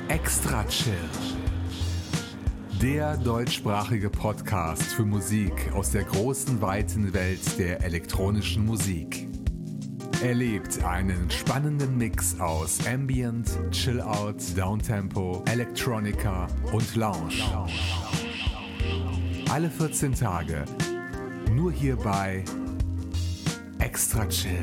Extra Chill. Der deutschsprachige Podcast für Musik aus der großen, weiten Welt der elektronischen Musik. Erlebt einen spannenden Mix aus Ambient, Chill-Out, Downtempo, Electronica und Lounge. Alle 14 Tage, nur hier bei Extra Chill.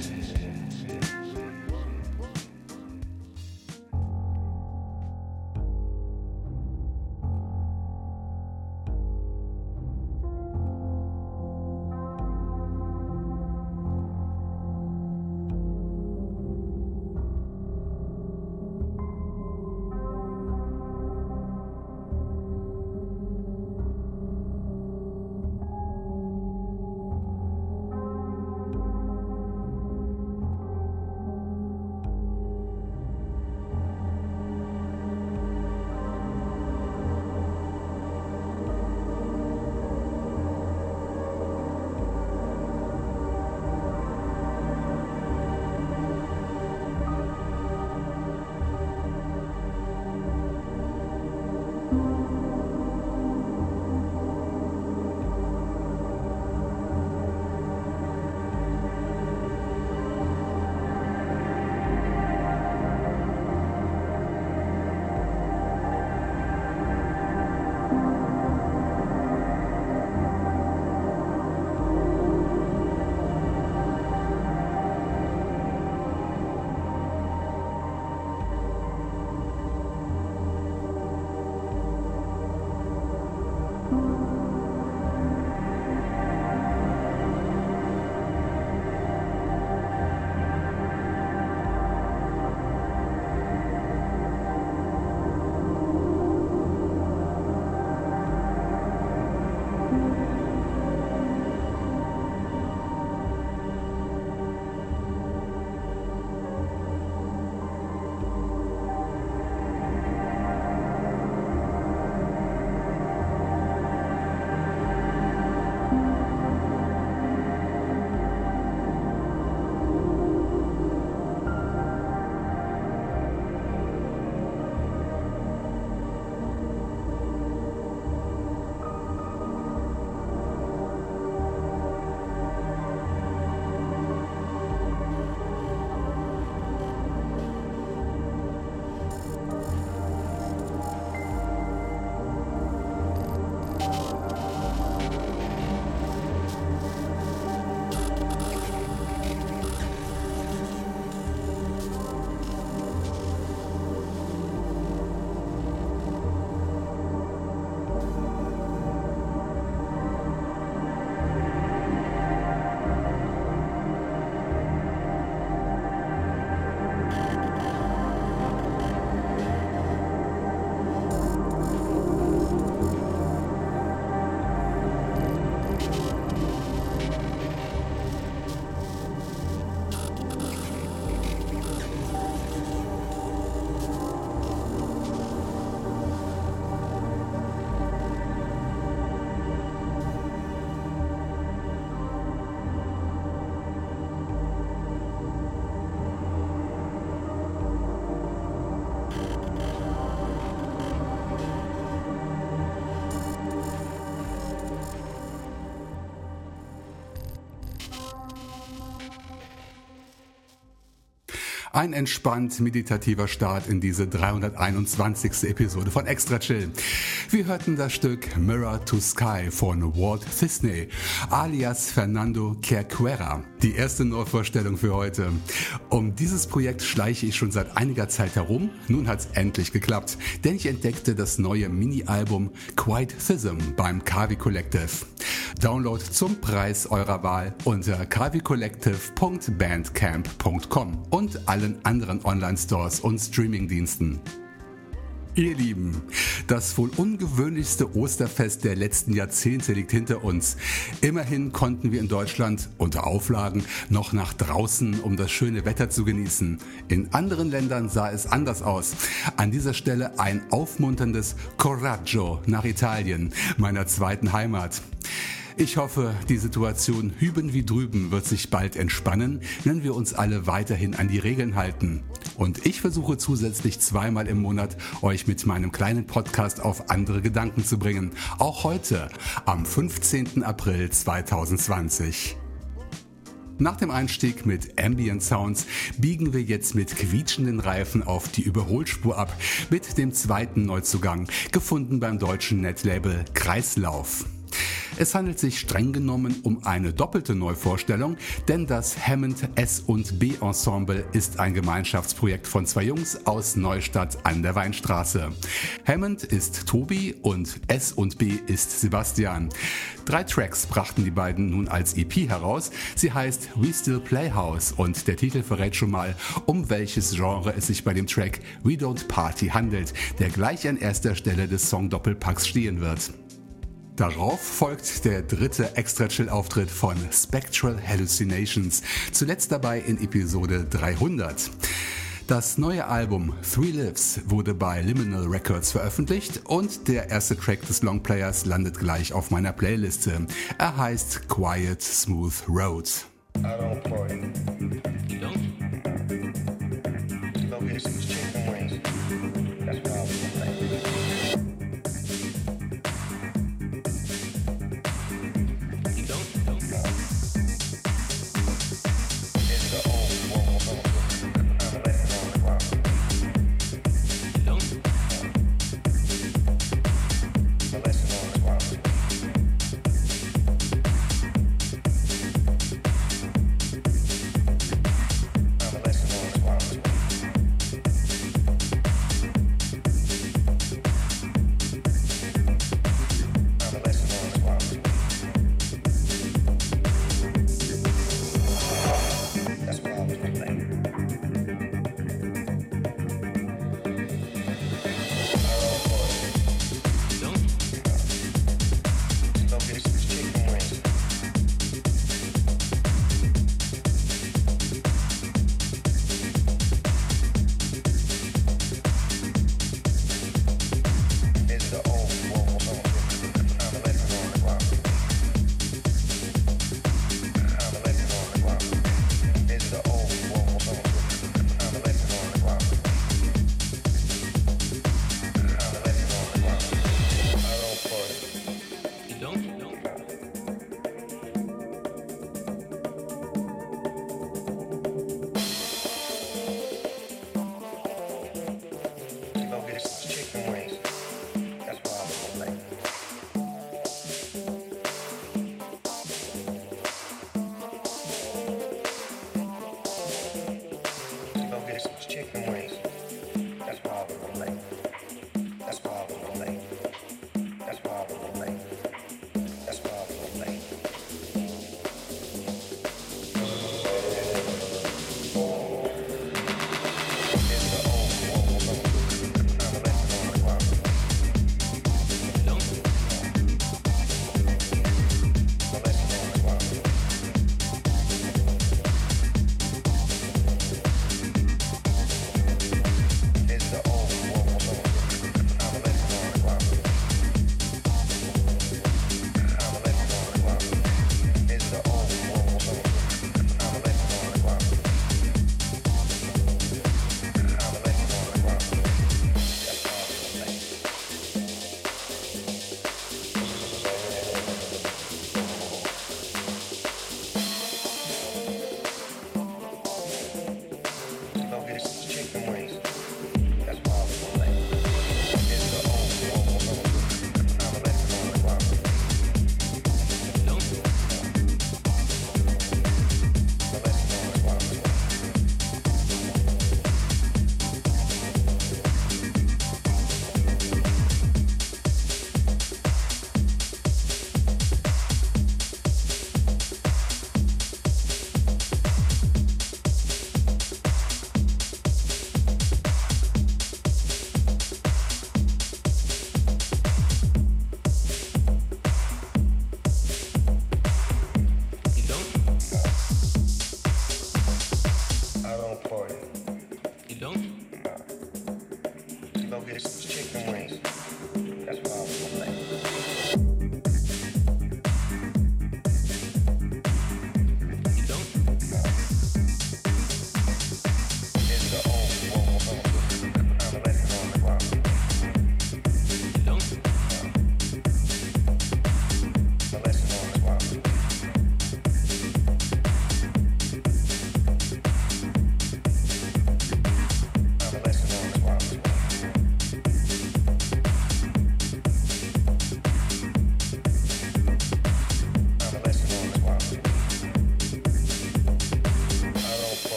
Ein entspannt meditativer Start in diese 321. Episode von Extra Chill. Wir hörten das Stück Mirror to Sky von Walt Disney alias Fernando Cerqueira. Die erste Neuvorstellung für heute. Um dieses Projekt schleiche ich schon seit einiger Zeit herum. Nun hat's endlich geklappt, denn ich entdeckte das neue Mini-Album Quiethism beim Kavi Collective. Download zum Preis eurer Wahl unter kavicollective.bandcamp.com und allen anderen Online-Stores und Streamingdiensten. Ihr Lieben, das wohl ungewöhnlichste Osterfest der letzten Jahrzehnte liegt hinter uns. Immerhin konnten wir in Deutschland unter Auflagen noch nach draußen, um das schöne Wetter zu genießen. In anderen Ländern sah es anders aus. An dieser Stelle ein aufmunterndes Coraggio nach Italien, meiner zweiten Heimat. Ich hoffe, die Situation hüben wie drüben wird sich bald entspannen, wenn wir uns alle weiterhin an die Regeln halten. Und ich versuche zusätzlich 2-mal im Monat, euch mit meinem kleinen Podcast auf andere Gedanken zu bringen. Auch heute, am 15. April 2020. Nach dem Einstieg mit Ambient Sounds biegen wir jetzt mit quietschenden Reifen auf die Überholspur ab mit dem zweiten Neuzugang, gefunden beim deutschen Netlabel Kreislauf. Es handelt sich streng genommen um eine doppelte Neuvorstellung, denn das Hammond S&B Ensemble ist ein Gemeinschaftsprojekt von 2 Jungs aus Neustadt an der Weinstraße. Hammond ist Tobi und S&B ist Sebastian. 3 Tracks brachten die beiden nun als EP heraus. Sie heißt We Still Playhouse und der Titel verrät schon mal, um welches Genre es sich bei dem Track We Don't Party handelt, der gleich an erster Stelle des Song-Doppelpacks stehen wird. Darauf folgt der dritte Extra-Chill-Auftritt von Spectral Hallucinations, zuletzt dabei in Episode 300. Das neue Album Three Lives wurde bei Liminal Records veröffentlicht und der erste Track des Longplayers landet gleich auf meiner Playliste. Er heißt Quiet Smooth Road. I don't party. You don't? Go get some chicken wings. That's what I was thinking. You don't? It's the old one. I'm a lesson on the rock. You don't? A lesson on the rock.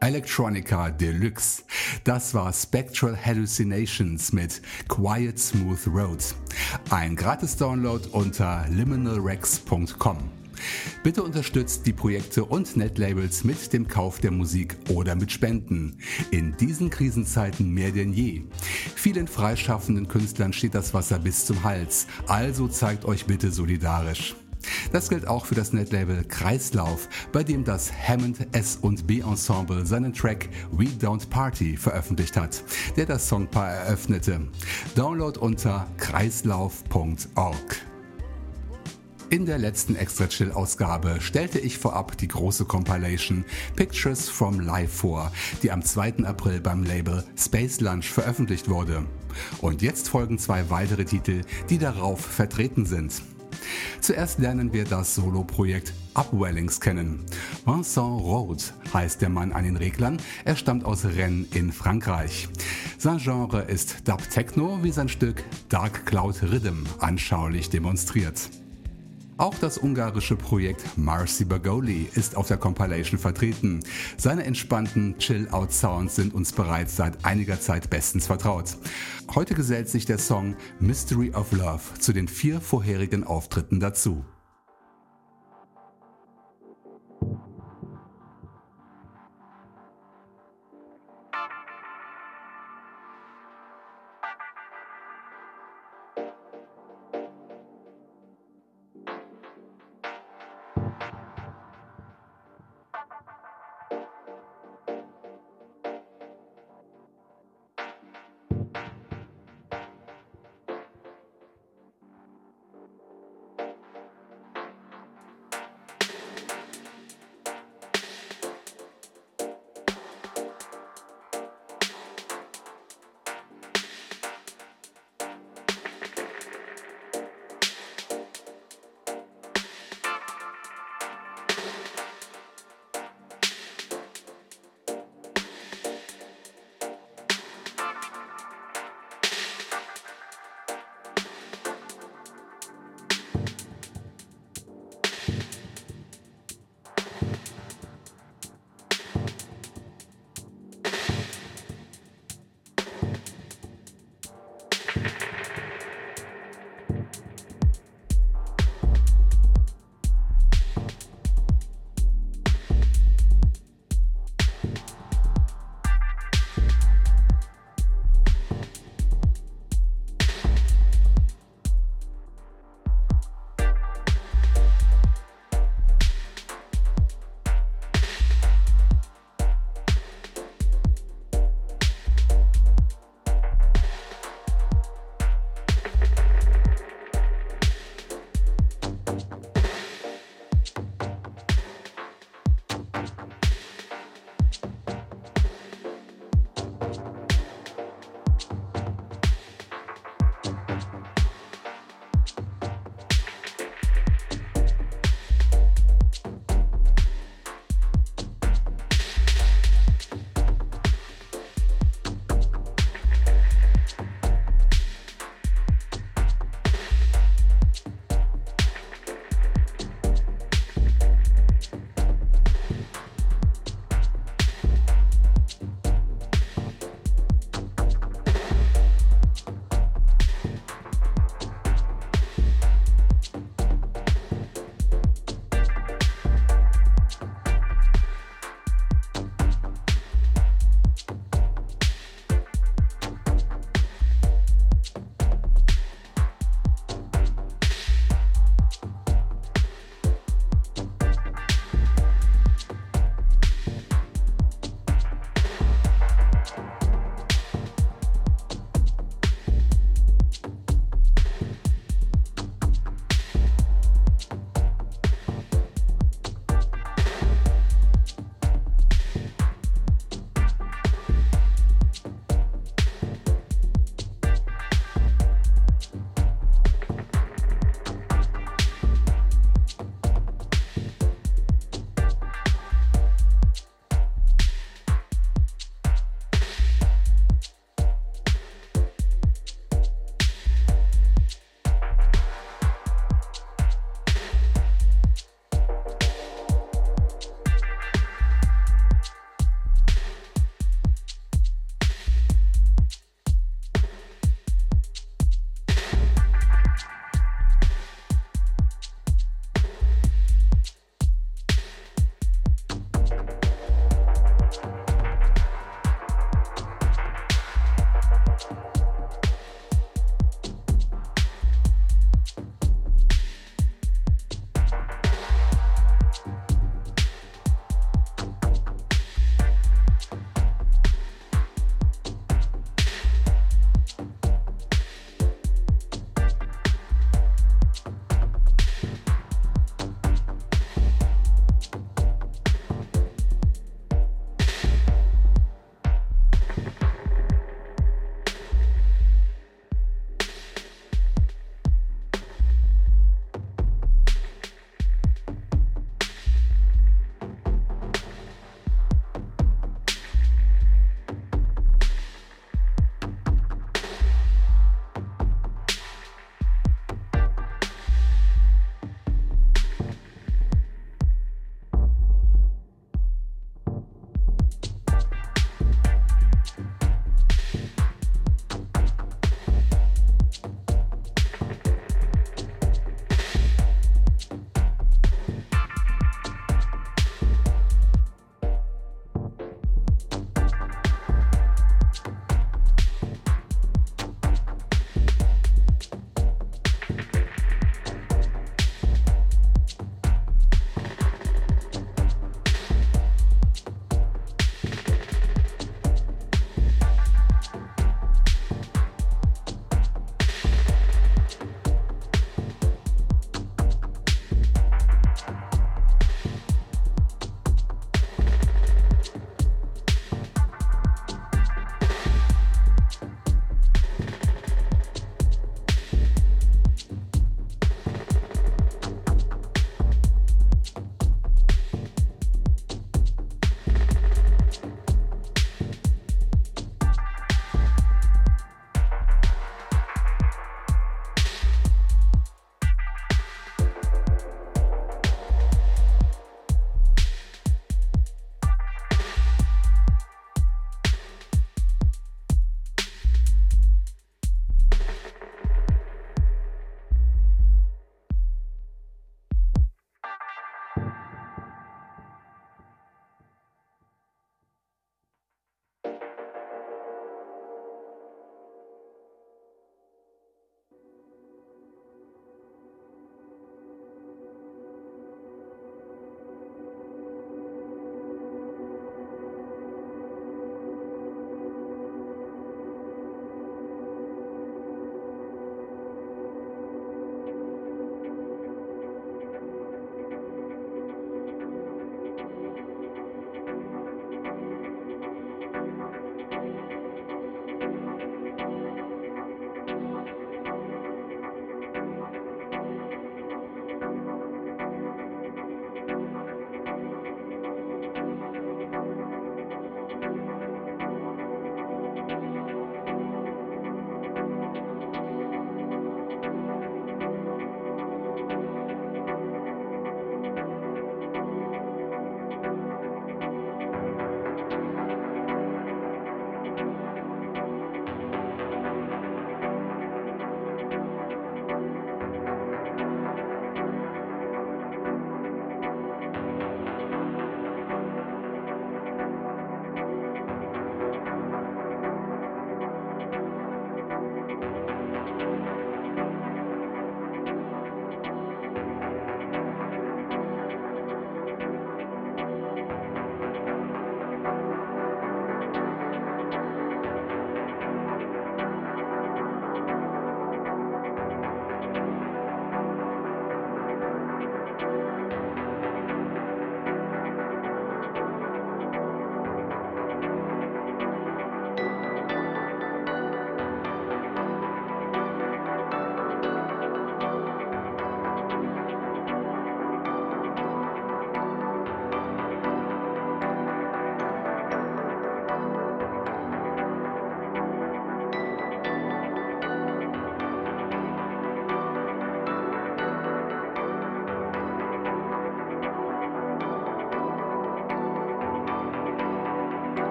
Electronica Deluxe. Das war Spectral Hallucinations mit Quiet Smooth Road. Ein Gratis-Download unter liminalrex.com. Bitte unterstützt die Projekte und Netlabels mit dem Kauf der Musik oder mit Spenden. In diesen Krisenzeiten mehr denn je. Vielen freischaffenden Künstlern steht das Wasser bis zum Hals, also zeigt euch bitte solidarisch. Das gilt auch für das Netlabel Kreislauf, bei dem das Hammond S&B Ensemble seinen Track We Don't Party veröffentlicht hat, der das Songpaar eröffnete. Download unter kreislauf.org. In der letzten Extra-Chill-Ausgabe stellte ich vorab die große Compilation Pictures from Life vor, die am 2. April beim Label Space Lunch veröffentlicht wurde. Und jetzt folgen 2 weitere Titel, die darauf vertreten sind. Zuerst lernen wir das Solo-Projekt Upwellings kennen. Vincent Rode heißt der Mann an den Reglern, er stammt aus Rennes in Frankreich. Sein Genre ist Dub Techno, wie sein Stück Dark Cloud Rhythm anschaulich demonstriert. Auch das ungarische Projekt Marcy Bagoli ist auf der Compilation vertreten. Seine entspannten Chill-Out-Sounds sind uns bereits seit einiger Zeit bestens vertraut. Heute gesellt sich der Song Mystery of Love zu den 4 vorherigen Auftritten dazu.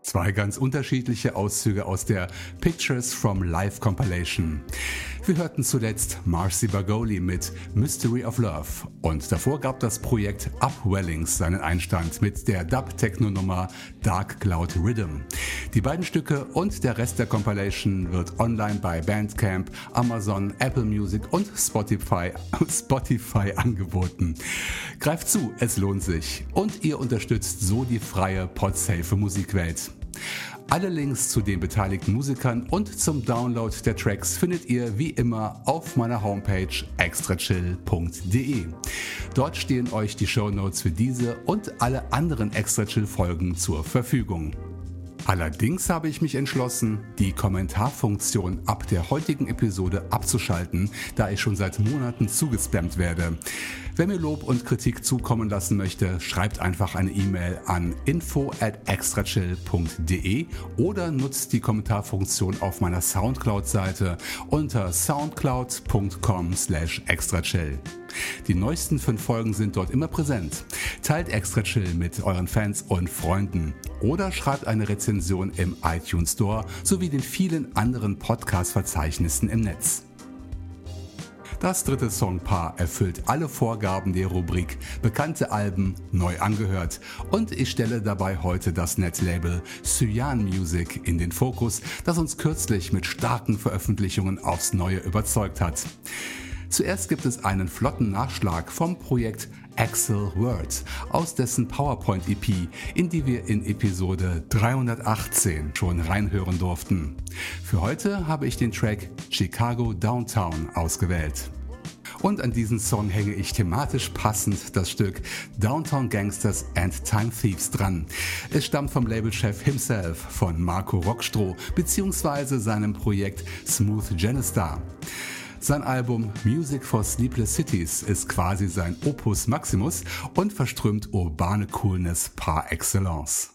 Zwei ganz unterschiedliche Auszüge aus der Pictures from Life Compilation. Wir hörten zuletzt Marcy Bagoli mit Mystery of Love und davor gab das Projekt Upwellings seinen Einstand mit der Dub-Techno-Nummer Dark Cloud Rhythm. Die beiden Stücke und der Rest der Compilation wird online bei Bandcamp, Amazon, Apple Music und Spotify angeboten. Greift zu, es lohnt sich und ihr unterstützt so die freie podsafe Musikwelt. Alle Links zu den beteiligten Musikern und zum Download der Tracks findet ihr wie immer auf meiner Homepage extrachill.de. Dort stehen euch die Shownotes für diese und alle anderen Extra Chill Folgen zur Verfügung. Allerdings habe ich mich entschlossen, die Kommentarfunktion ab der heutigen Episode abzuschalten, da ich schon seit Monaten zugespammt werde. Wer mir Lob und Kritik zukommen lassen möchte, schreibt einfach eine E-Mail an info@extrachill.de oder nutzt die Kommentarfunktion auf meiner Soundcloud-Seite unter soundcloud.com/extrachill. Die neuesten 5 Folgen sind dort immer präsent. Teilt Extra Chill mit euren Fans und Freunden oder schreibt eine Rezension im iTunes Store sowie den vielen anderen Podcast-Verzeichnissen im Netz. Das dritte Songpaar erfüllt alle Vorgaben der Rubrik Bekannte Alben neu angehört und ich stelle dabei heute das Netlabel Cyan Music in den Fokus, das uns kürzlich mit starken Veröffentlichungen aufs Neue überzeugt hat. Zuerst gibt es einen flotten Nachschlag vom Projekt Axel Word aus dessen PowerPoint-EP, in die wir in Episode 318 schon reinhören durften. Für heute habe ich den Track Chicago Downtown ausgewählt. Und an diesen Song hänge ich thematisch passend das Stück Downtown Gangsters and Time Thieves dran. Es stammt vom Labelchef himself, von Marco Rockstroh bzw. seinem Projekt Smooth Genistar. Sein Album Music for Sleepless Cities ist quasi sein Opus Maximus und verströmt urbane Coolness par excellence.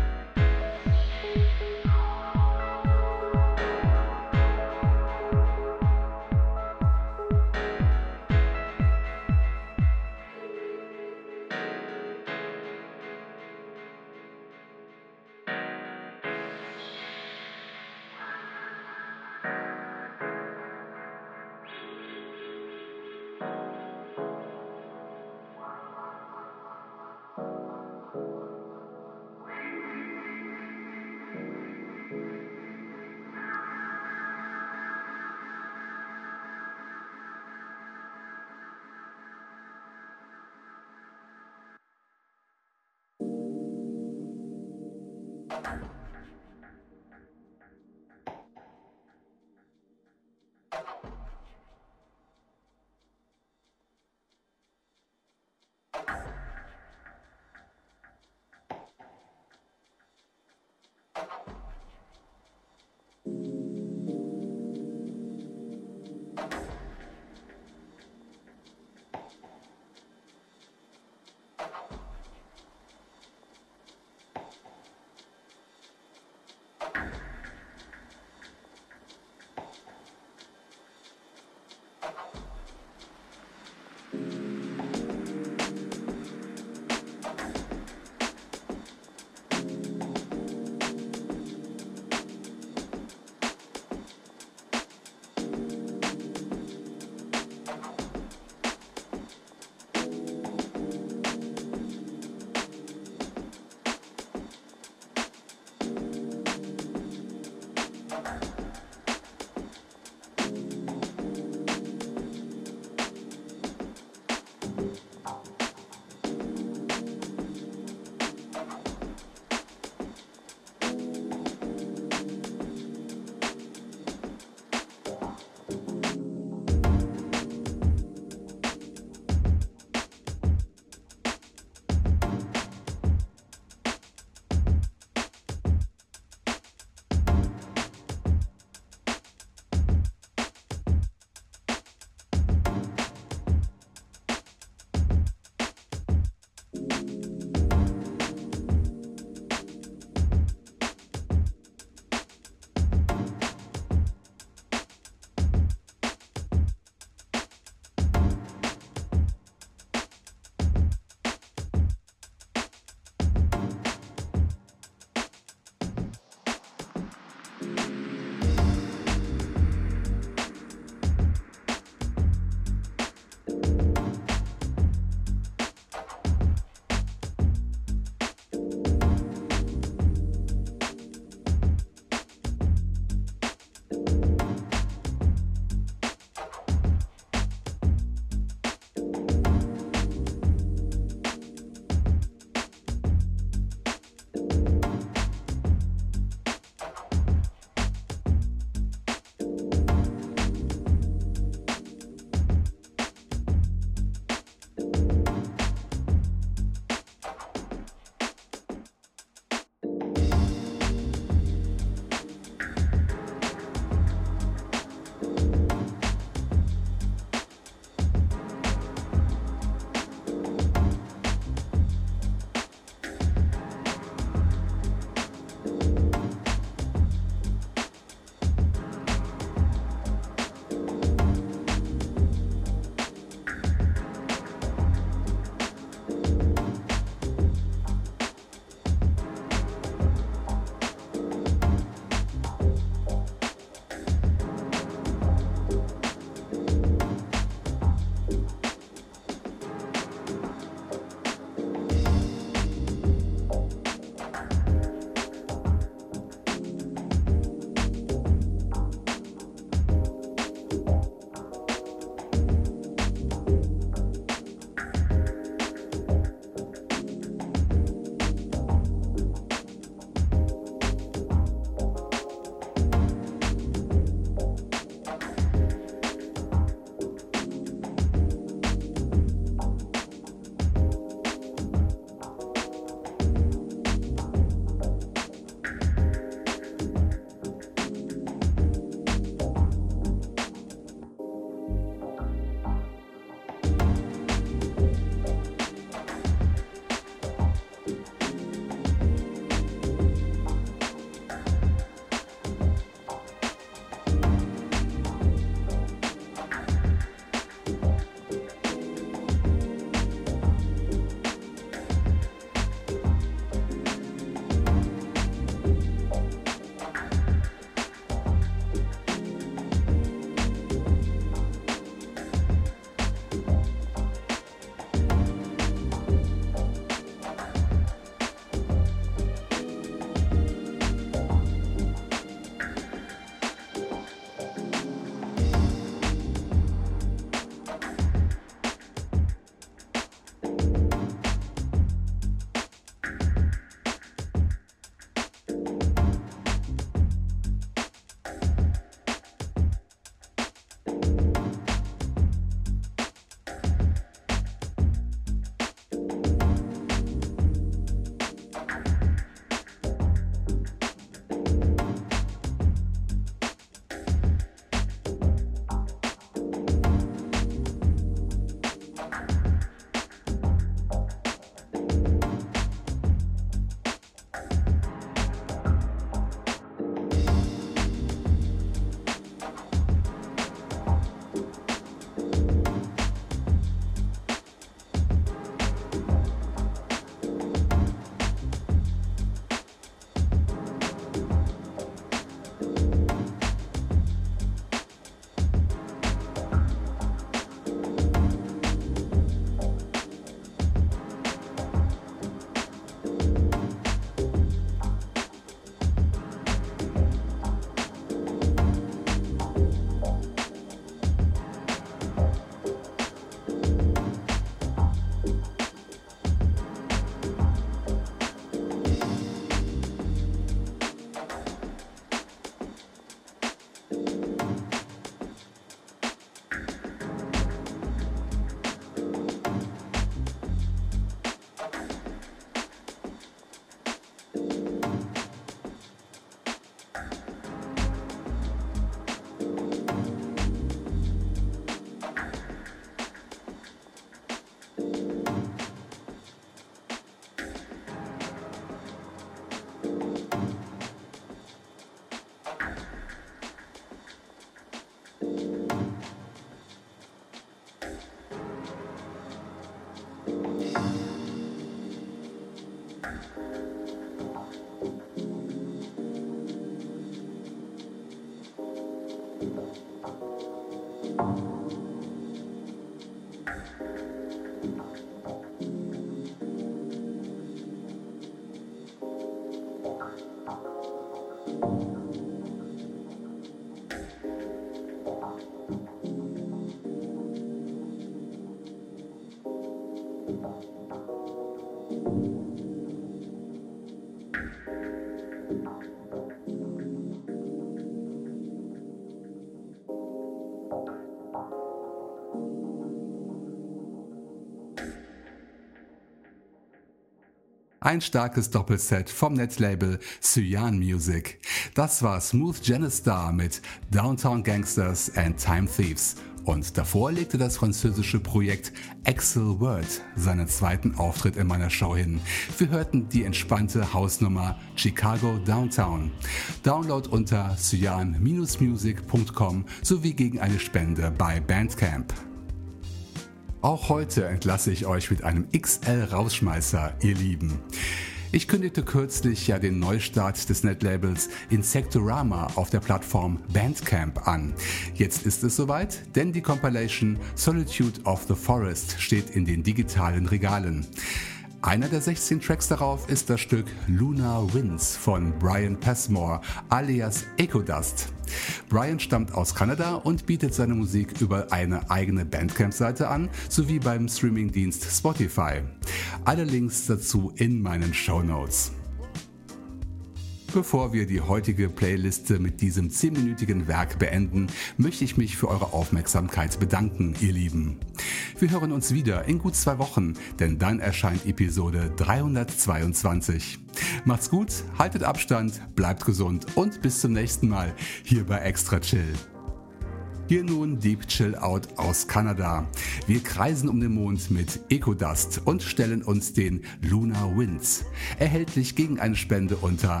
Ein starkes Doppelset vom Netlabel Cyan Music. Das war Smooth Genestar mit Downtown Gangsters and Time Thieves. Und davor legte das französische Projekt Axel Word seinen zweiten Auftritt in meiner Show hin. Wir hörten die entspannte Hausnummer Chicago Downtown. Download unter cyan-music.com sowie gegen eine Spende bei Bandcamp. Auch heute entlasse ich euch mit einem XL-Rausschmeißer, ihr Lieben. Ich kündigte kürzlich ja den Neustart des Netlabels Insectorama auf der Plattform Bandcamp an. Jetzt ist es soweit, denn die Compilation Solitude of the Forest steht in den digitalen Regalen. Einer der 16 Tracks darauf ist das Stück Lunar Winds von Brian Passmore alias Echo Dust. Brian stammt aus Kanada und bietet seine Musik über eine eigene Bandcamp-Seite an, sowie beim Streamingdienst Spotify. Alle Links dazu in meinen Shownotes. Bevor wir die heutige Playliste mit diesem 10-minütigen Werk beenden, möchte ich mich für eure Aufmerksamkeit bedanken, ihr Lieben. Wir hören uns wieder in gut 2 Wochen, denn dann erscheint Episode 322. Macht's gut, haltet Abstand, bleibt gesund und bis zum nächsten Mal hier bei Extra Chill. Hier nun Deep Chill Out aus Kanada. Wir kreisen um den Mond mit Echo Dust und stellen uns den Lunar Winds. Erhältlich gegen eine Spende unter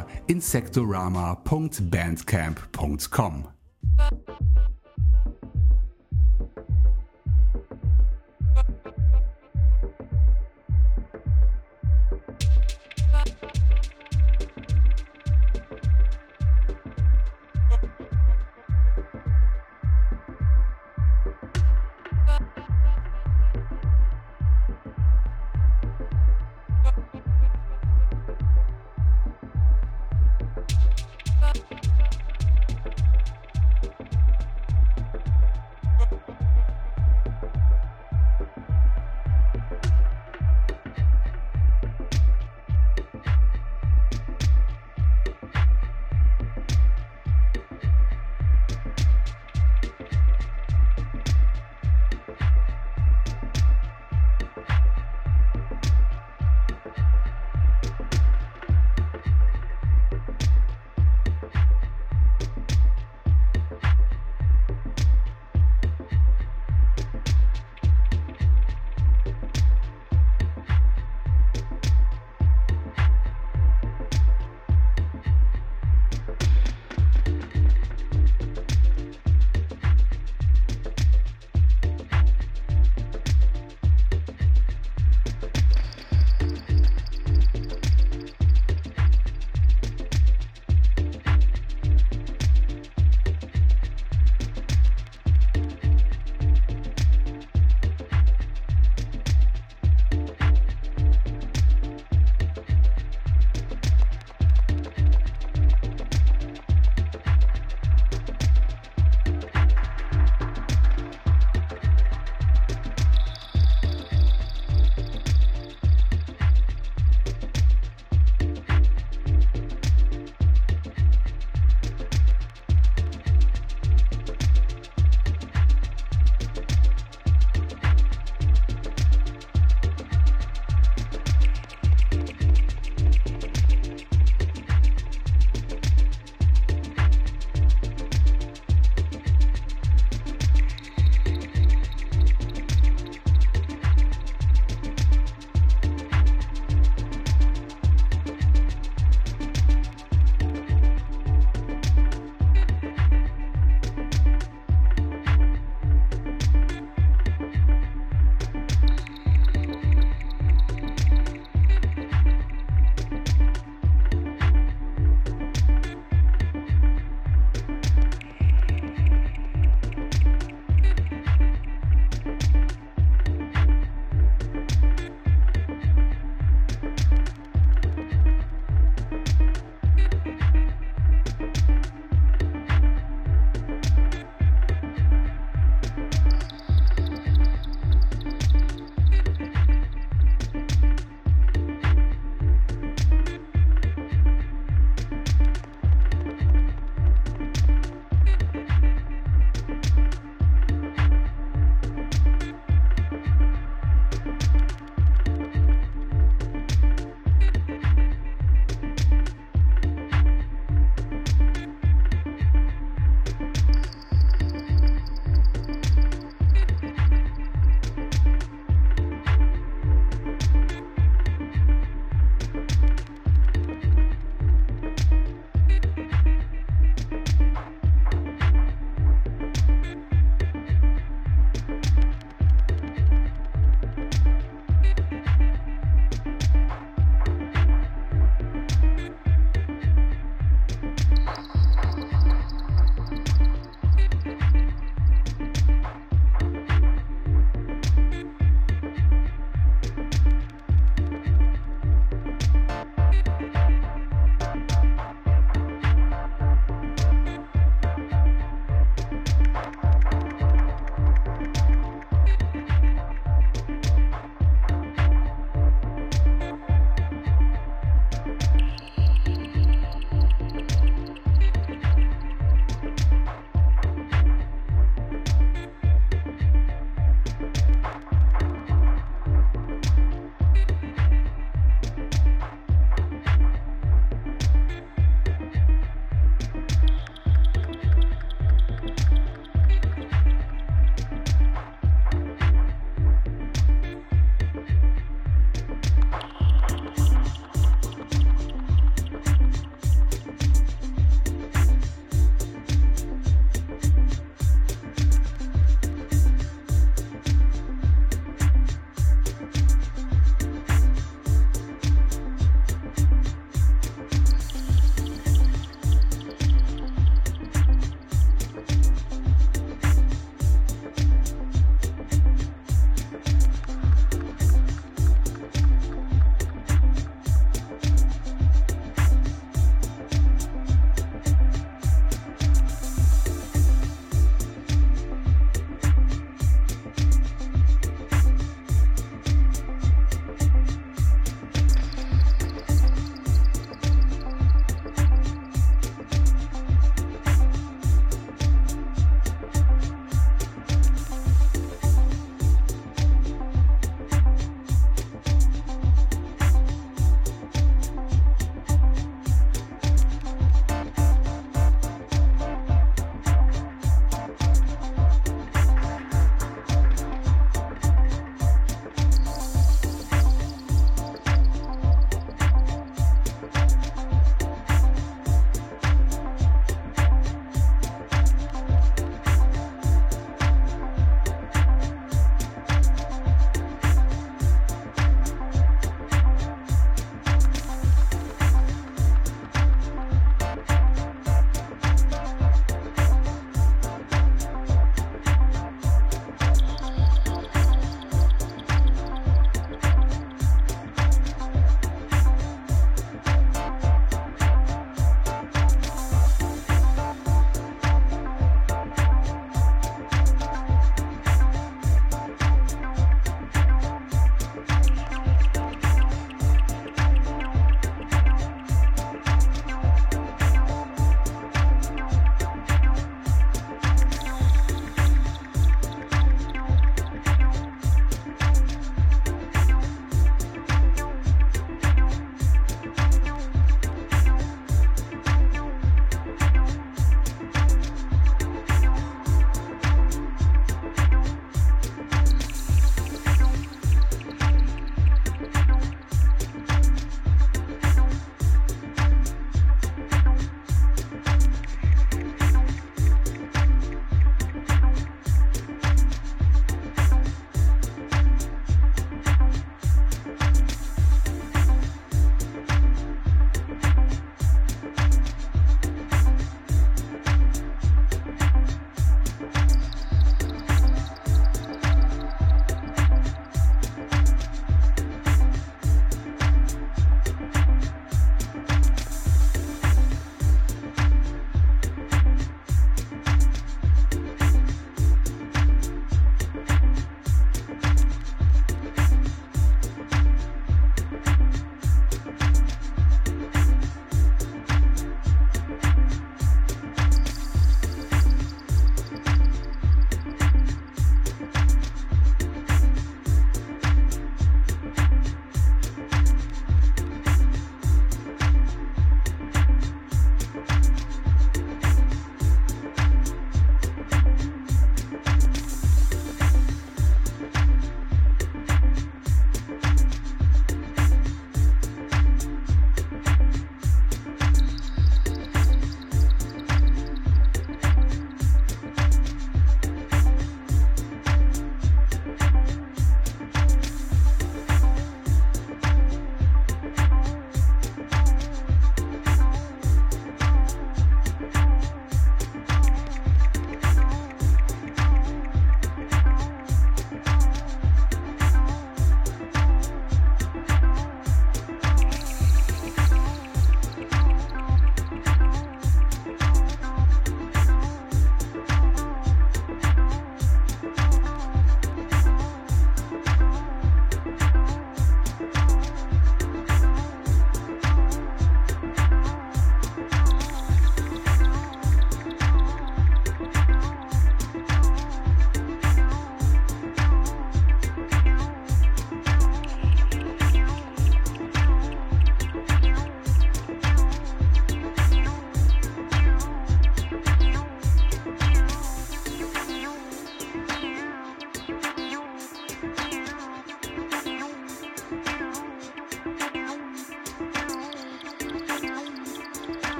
insectorama.bandcamp.com.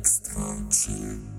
extra chill.